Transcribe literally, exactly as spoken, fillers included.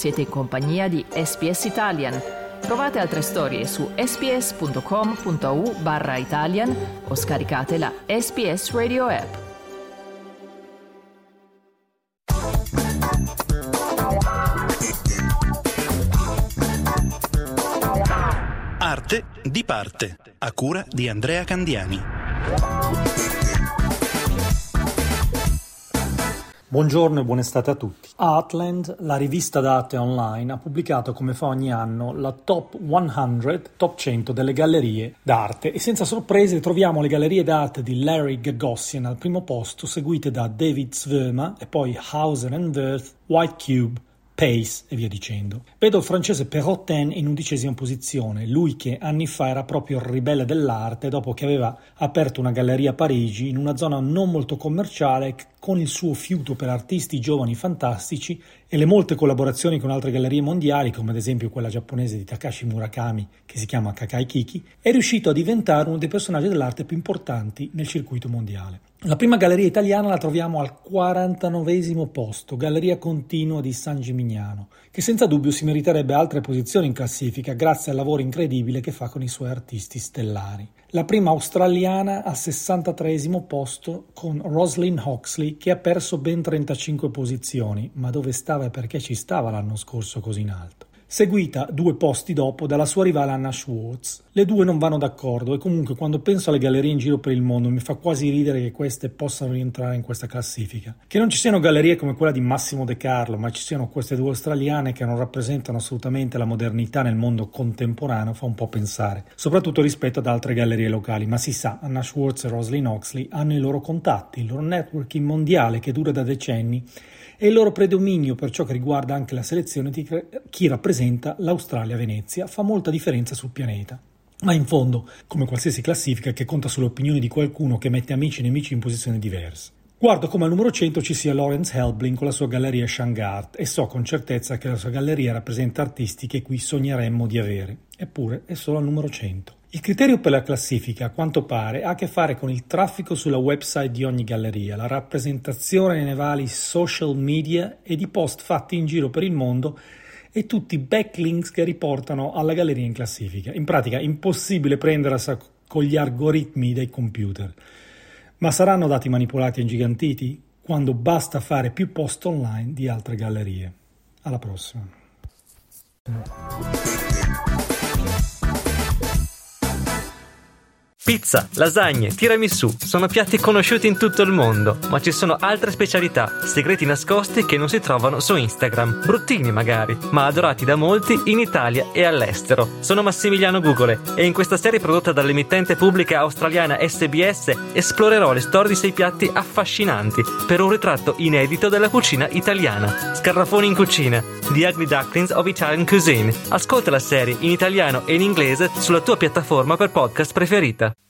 Siete in compagnia di S B S Italian. Trovate altre storie su sbs.com.au barra Italian o scaricate la S B S Radio app. Arte di parte, a cura di Andrea Candiani. Buongiorno e buona estate a tutti. Artland, la rivista d'arte online, ha pubblicato come fa ogni anno la Top cento, Top cento delle gallerie d'arte e senza sorprese troviamo le gallerie d'arte di Larry Gagosian al primo posto, seguite da David Zwirner e poi Hauser and Wirth, White Cube, Pace e via dicendo. Vedo il francese Perrotin in undicesima posizione, lui che anni fa era proprio il ribelle dell'arte dopo che aveva aperto una galleria a Parigi in una zona non molto commerciale, con il suo fiuto per artisti giovani fantastici e le molte collaborazioni con altre gallerie mondiali, come ad esempio quella giapponese di Takashi Murakami che si chiama Kakai Kiki, è riuscito a diventare uno dei personaggi dell'arte più importanti nel circuito mondiale. La prima galleria italiana la troviamo al quarantanovesimo posto, Galleria Continua di San Gimignano, che senza dubbio si meriterebbe altre posizioni in classifica grazie al lavoro incredibile che fa con i suoi artisti stellari. La prima australiana al sessantatreesimo posto con Rosalind Huxley, che ha perso ben trentacinque posizioni, ma dove stava e perché ci stava l'anno scorso così in alto. Seguita due posti dopo dalla sua rivale Anna Schwartz. Le due non vanno d'accordo e comunque quando penso alle gallerie in giro per il mondo mi fa quasi ridere che queste possano rientrare in questa classifica. Che non ci siano gallerie come quella di Massimo De Carlo, ma ci siano queste due australiane che non rappresentano assolutamente la modernità nel mondo contemporaneo fa un po' pensare, soprattutto rispetto ad altre gallerie locali, ma si sa, Anna Schwartz e Rosalind Huxley hanno i loro contatti, il loro networking mondiale che dura da decenni e il loro predominio per ciò che riguarda anche la selezione di chi rappresenta l'Australia-Venezia fa molta differenza sul pianeta. Ma in fondo, come qualsiasi classifica che conta sulle opinioni di qualcuno che mette amici e nemici in posizioni diverse. Guardo come al numero cento ci sia Lawrence Helbling con la sua galleria Shangart e so con certezza che la sua galleria rappresenta artisti che qui sogneremmo di avere. Eppure è solo al numero cento. Il criterio per la classifica, a quanto pare, ha a che fare con il traffico sulla website di ogni galleria, la rappresentazione nei vari social media e di post fatti in giro per il mondo e tutti i backlinks che riportano alla galleria in classifica. In pratica, impossibile prenderla con gli algoritmi dei computer. Ma saranno dati manipolati e ingigantiti? Quando basta fare più post online di altre gallerie. Alla prossima. Pizza, lasagne, tiramisù sono piatti conosciuti in tutto il mondo, ma ci sono altre specialità, segreti nascosti che non si trovano su Instagram, bruttini magari, ma adorati da molti in Italia e all'estero. Sono Massimiliano Gugole e in questa serie prodotta dall'emittente pubblica australiana S B S esplorerò le storie di sei piatti affascinanti per un ritratto inedito della cucina italiana. Scarrafoni in cucina, The Ugly Ducklings of Italian Cuisine. Ascolta la serie in italiano e in inglese sulla tua piattaforma per podcast preferita.